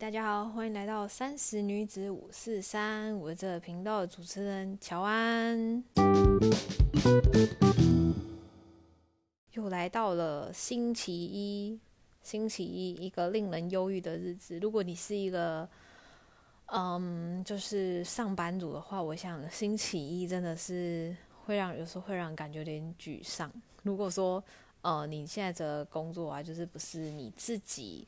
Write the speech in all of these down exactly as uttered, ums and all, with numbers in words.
大家好，欢迎来到三十女子五四三，我是这个频道的主持人乔安。又来到了星期一，星期一一个令人忧郁的日子。如果你是一个嗯，就是上班族的话，我想星期一真的是会让有时候会让人感觉有点沮丧。如果说呃你现在的工作啊，就是不是你自己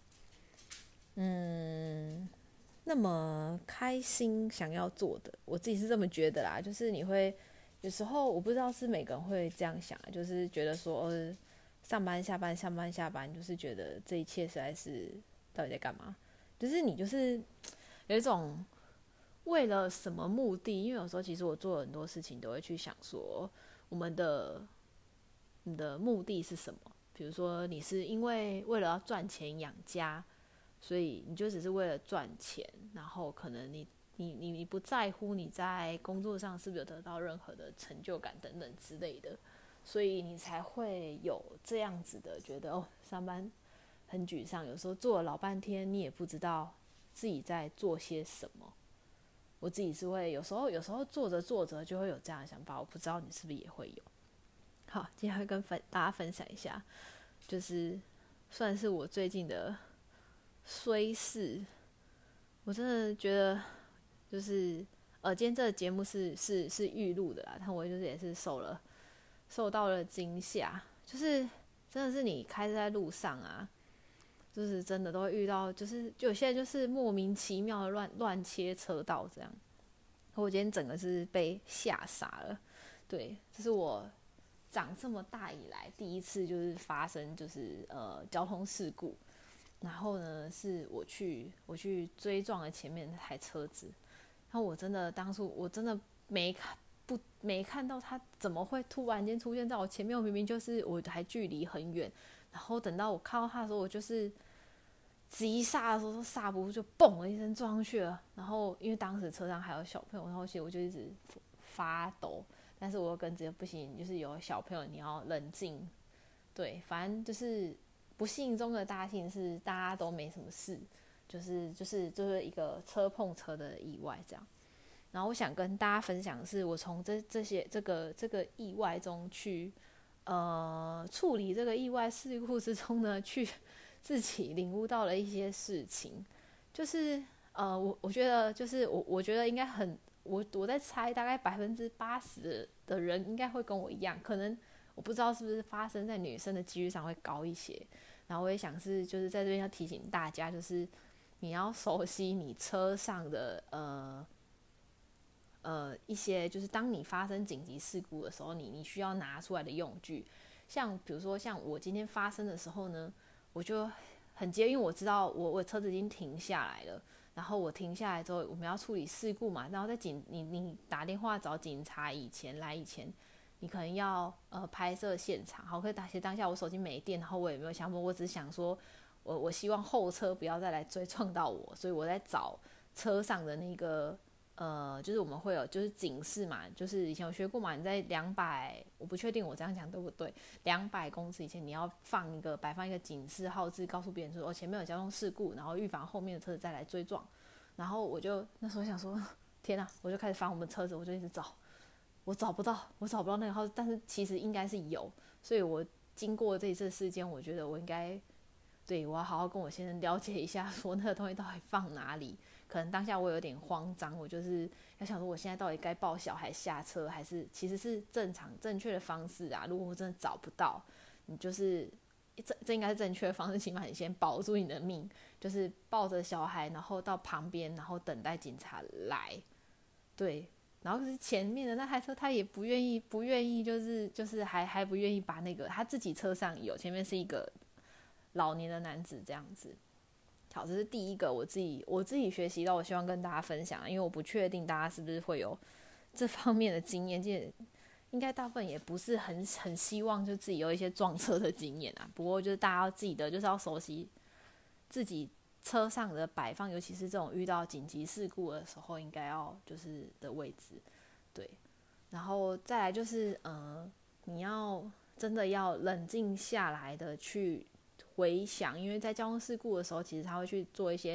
嗯那么开心想要做的，我自己是这么觉得啦。就是你会有时候我不知道是每个人会这样想，就是觉得说呃上班下班上班下班，就是觉得这一切实在是到底在干嘛？就是你就是有一种为了什么目的？因为有时候其实我做很多事情都会去想说，我们的你的目的是什么？比如说你是因为为了要赚钱养家，所以你就只是为了赚钱，然后可能你你你你不在乎你在工作上是不是有得到任何的成就感等等之类的，所以你才会有这样子的觉得哦，上班很沮丧，有时候做了老半天，你也不知道自己在做些什么。我自己是会有时候有时候做着做着就会有这样的想法，我不知道你是不是也会有。好，今天会跟分大家分享一下，就是算是我最近的衰事。我真的觉得就是呃，今天这个节目是是是预录的啦，但我就是也是受了受到了惊吓，就是真的是你开车在路上啊，就是真的都会遇到，就是就有些人就是莫名其妙的乱乱切车道这样。我今天整个是被吓傻了，对，这是我长这么大以来第一次就是发生就是呃交通事故。然后呢，是我去我去追撞了前面那台车子，然后我真的当初我真的没看不没看到他怎么会突然间出现在我前面，我明明就是我还距离很远，然后等到我看到他的时候，我就是急刹的时候都刹不住，就嘣的一声撞上去了。然后因为当时车上还有小朋友，然后其实我就一直发抖，但是我又跟着不行，就是有小朋友你要冷静，对，反正就是不幸中的大幸是大家都没什么事，就是就是就是一个车碰车的意外这样。然后我想跟大家分享的是，我从这这些这个这个意外中去呃处理这个意外事故之中呢，去自己领悟到了一些事情，就是呃我我觉得就是我我觉得应该很我我在猜大概百分之八十的人应该会跟我一样，可能我不知道是不是发生在女生的几率上会高一些。然后我也想是就是在这边要提醒大家，就是你要熟悉你车上的呃呃一些，就是当你发生紧急事故的时候，你你需要拿出来的用具。像比如说像我今天发生的时候呢，我就很急，因为我知道我我车子已经停下来了。然后我停下来之后，我们要处理事故嘛，然后在警你你打电话找警察以前来以前，你可能要呃拍摄现场。好，可以打些当下我手机没电，然后我也没有想法，我只想说我我希望后车不要再来追撞到我，所以我在找车上的那个呃，就是我们会有就是警示嘛，就是以前有学过嘛，你在两百，我不确定我这样讲对不对，两百公尺以前你要放一个摆放一个警示号志，告诉别人说哦前面有交通事故，然后预防后面的车子再来追撞。然后我就那时候想说，天哪，我就开始翻我们车子，我就一直找，我找不到，我找不到那个号，但是其实应该是有，所以我经过这一次事件，我觉得我应该，对，我要好好跟我先生了解一下，说那个东西到底放哪里。可能当下我有点慌张，我就是要想说，我现在到底该抱小孩下车，还是其实是正常正确的方式啊？如果我真的找不到，你就是这这应该是正确的方式，起码你先保住你的命，就是抱着小孩，然后到旁边，然后等待警察来。对，然后可是前面的那台车他也不愿意，不愿意，就是就是还还不愿意把那个他自己车上有，前面是一个老年的男子这样子。好，这是第一个我自己我自己学习到，我希望跟大家分享，因为我不确定大家是不是会有这方面的经验，应该大部分也不是很很希望就自己有一些撞车的经验啊。不过就是大家要记得，就是要熟悉自己车上的摆放，尤其是这种遇到紧急事故的时候，应该要就是的位置，对。然后再来就是，呃，你要真的要冷静下来的去回想，因为在交通事故的时候，其实他会去做一些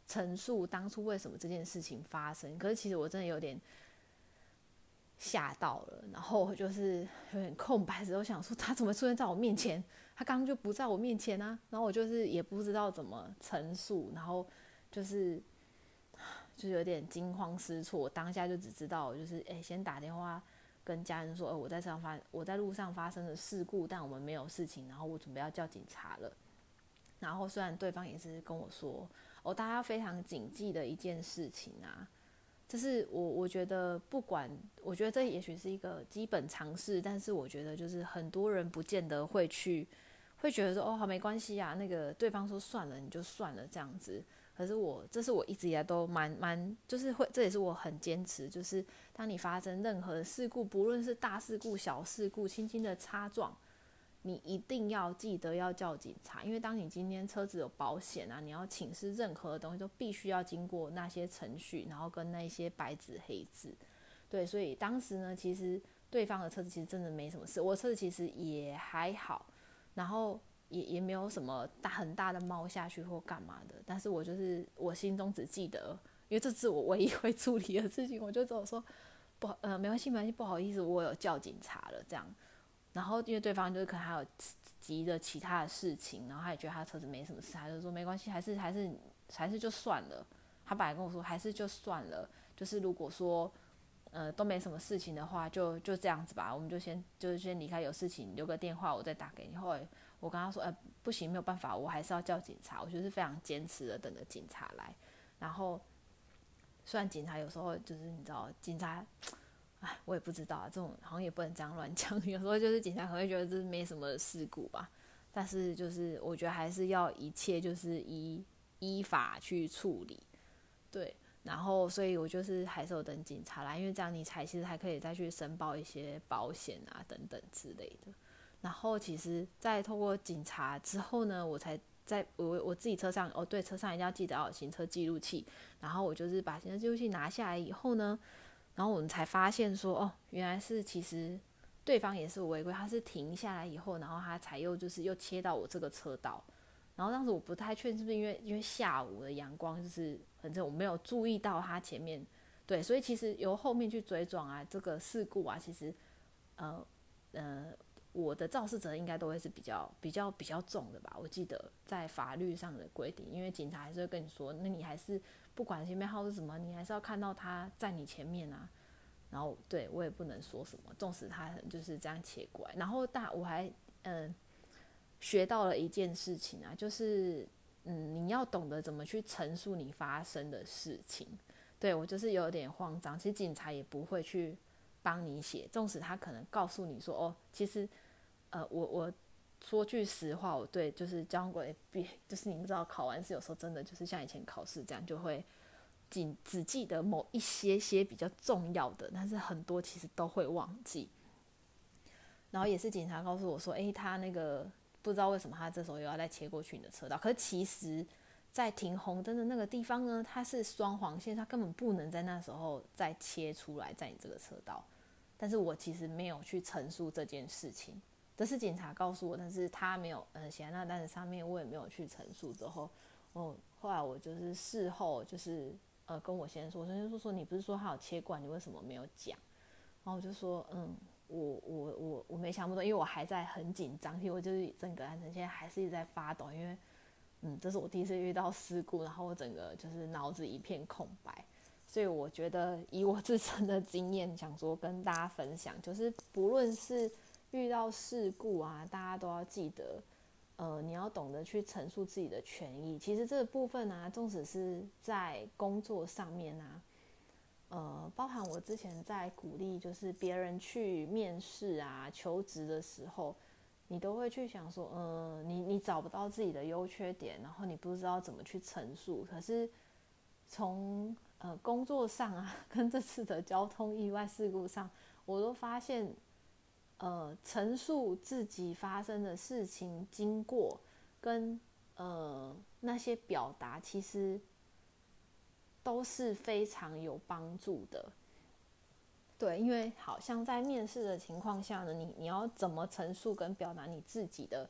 陈述当初为什么这件事情发生。可是其实我真的有点吓到了，然后我就是有点空白，之后想说他怎么出现在我面前？他刚刚就不在我面前啊。然后我就是也不知道怎么陈述，然后就是就有点惊慌失措。我当下就只知道，就是哎，先打电话跟家人说，呃，我在上发我在路上发生了事故，但我们没有事情，然后我准备要叫警察了。然后虽然对方也是跟我说，哦，大家非常谨记的一件事情啊。这是我我觉得不管，我觉得这也许是一个基本常识，但是我觉得就是很多人不见得会去，会觉得说哦好没关系啊，那个对方说算了你就算了这样子。可是我这是我一直以来都蛮蛮就是会，这也是我很坚持，就是当你发生任何的事故，不论是大事故、小事故、轻轻的擦撞，你一定要记得要叫警察，因为当你今天车子有保险啊，你要请示任何的东西都必须要经过那些程序，然后跟那些白纸黑字。对，所以当时呢，其实对方的车子其实真的没什么事，我的车子其实也还好，然后也也没有什么大很大的猫下去或干嘛的，但是我就是我心中只记得，因为这是我唯一会处理的事情，我就只有说不呃没关系没关系，不好意思，我有叫警察了这样。然后因为对方就是可能还有急着其他的事情，然后他也觉得他车子没什么事，他就说没关系，还是还是还是就算了。他本来跟我说还是就算了，就是如果说呃都没什么事情的话，就就这样子吧，我们就先就是先离开，有事情留个电话我再打给你。后来我跟他说，呃不行，没有办法，我还是要叫警察，我就是非常坚持的等着警察来。然后虽然警察有时候就是你知道警察。哎，我也不知道啊，这种好像也不能这样乱讲。有时候就是警察可能会觉得这是没什么事故吧，但是就是我觉得还是要一切就是依依法去处理，对。然后所以我就是还是有等警察来，因为这样你才其实还可以再去申报一些保险啊等等之类的。然后其实，在透过警察之后呢，我才在我我自己车上哦，对，车上一定要记得要有行车记录器。然后我就是把行车记录器拿下来以后呢。然后我们才发现说，哦，原来是其实对方也是违规，他是停下来以后，然后他才又就是又切到我这个车道。然后当时我不太确定是不是因为因为下午的阳光就是反正我没有注意到他前面，对，所以其实由后面去追撞啊，这个事故啊，其实呃呃我的肇事责任应该都会是比较比较比较重的吧，我记得在法律上的规定，因为警察还是会跟你说，那你还是不管前面号是什么，你还是要看到他在你前面啊。然后对我也不能说什么，纵使他就是这样切过来。然后大我还嗯、呃、学到了一件事情啊，就是嗯你要懂得怎么去陈述你发生的事情。对，我就是有点慌张，其实警察也不会去帮你写，纵使他可能告诉你说哦，其实呃我我说句实话，我对就是交通管理，就是你们知道考完试有时候真的就是像以前考试这样就会。只记得某一些些比较重要的，但是很多其实都会忘记。然后也是警察告诉我说，哎，他那个不知道为什么他这时候又要再切过去你的车道，可是其实在停红灯的那个地方呢，它是双黄线，他根本不能在那时候再切出来在你这个车道。但是我其实没有去陈述这件事情，这是警察告诉我，但是他没有呃写在那单子上面，我也没有去陈述。之后，哦，后来我就是事后就是呃跟我先生说，我先生说说你不是说他有切管，你为什么没有讲？然后我就说嗯，我我我我没想那么多，因为我还在很紧张，其实我就是整个安全现在还是一直在发抖，因为嗯这是我第一次遇到事故，然后我整个就是脑子一片空白。所以我觉得以我自身的经验，想说跟大家分享，就是不论是遇到事故啊，大家都要记得，呃，你要懂得去陈述自己的权益。其实这个部分啊，纵使是在工作上面啊，呃，包含我之前在鼓励，就是别人去面试啊、求职的时候，你都会去想说，呃，你你找不到自己的优缺点，然后你不知道怎么去陈述，可是从呃工作上啊，跟这次的交通意外事故上，我都发现，呃，陈述自己发生的事情经过，跟呃那些表达，其实都是非常有帮助的。对，因为好像在面试的情况下呢，你你要怎么陈述跟表达你自己的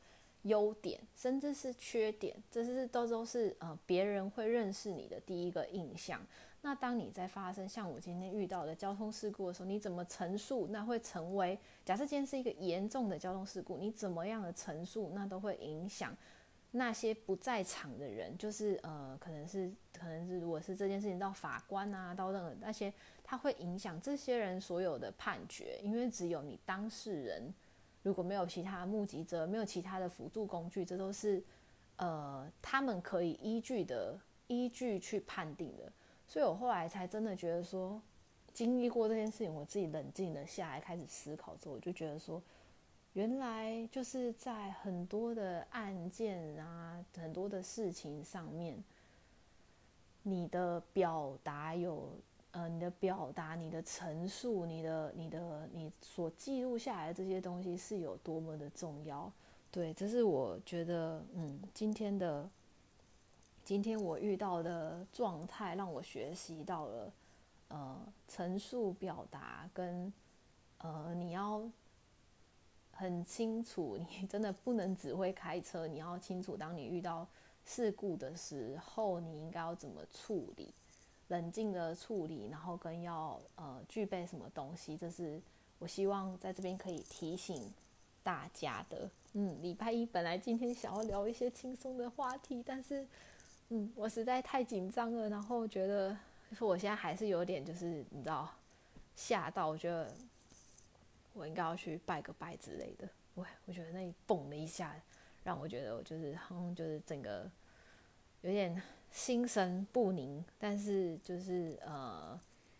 优点，甚至是缺点，这是都都是呃别人会认识你的第一个印象。那当你在发生像我今天遇到的交通事故的时候，你怎么陈述，那会成为假设今天是一个严重的交通事故，你怎么样的陈述，那都会影响那些不在场的人，就是呃可能是可能是如果是这件事情到法官啊，到任何那些，它会影响这些人所有的判决，因为只有你当事人，如果没有其他目击者，没有其他的辅助工具，这都是呃他们可以依据的依据去判定的。所以我后来才真的觉得说，经历过这件事情，我自己冷静了下来，开始思考之后，我就觉得说，原来就是在很多的案件啊，很多的事情上面，你的表达有，呃，你的表达、你的陈述、你的、你的、你所记录下来的这些东西是有多么的重要。对，这是我觉得，嗯，今天的。今天我遇到的状态让我学习到了，呃，陈述表达跟呃，你要很清楚，你真的不能只会开车，你要清楚，当你遇到事故的时候，你应该要怎么处理，冷静的处理，然后跟要呃具备什么东西，这是我希望在这边可以提醒大家的。嗯，礼拜一本来今天想要聊一些轻松的话题，但是。嗯，我实在太紧张了，然后觉得就是我现在还是有点就是你知道吓到，我觉得我应该要去拜个拜之类的。我我觉得那一蹦了一下，让我觉得我就是好像就是整个有点心神不宁，但是就是呃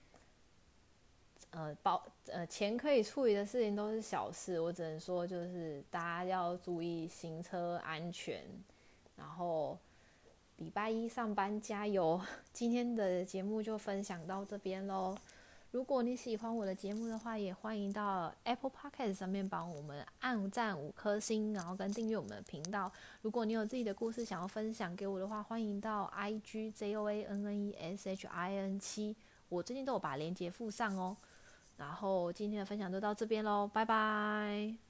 呃包呃钱可以处理的事情都是小事，我只能说就是大家要注意行车安全，然后。礼拜一上班加油！今天的节目就分享到这边咯。如果你喜欢我的节目的话，也欢迎到 Apple Podcast 上面帮我们按赞五颗星，然后跟订阅我们的频道。如果你有自己的故事想要分享给我的话，欢迎到 I G J O A N N E S H I N 七，我最近都有把链接附上哦。然后今天的分享就到这边咯，拜拜。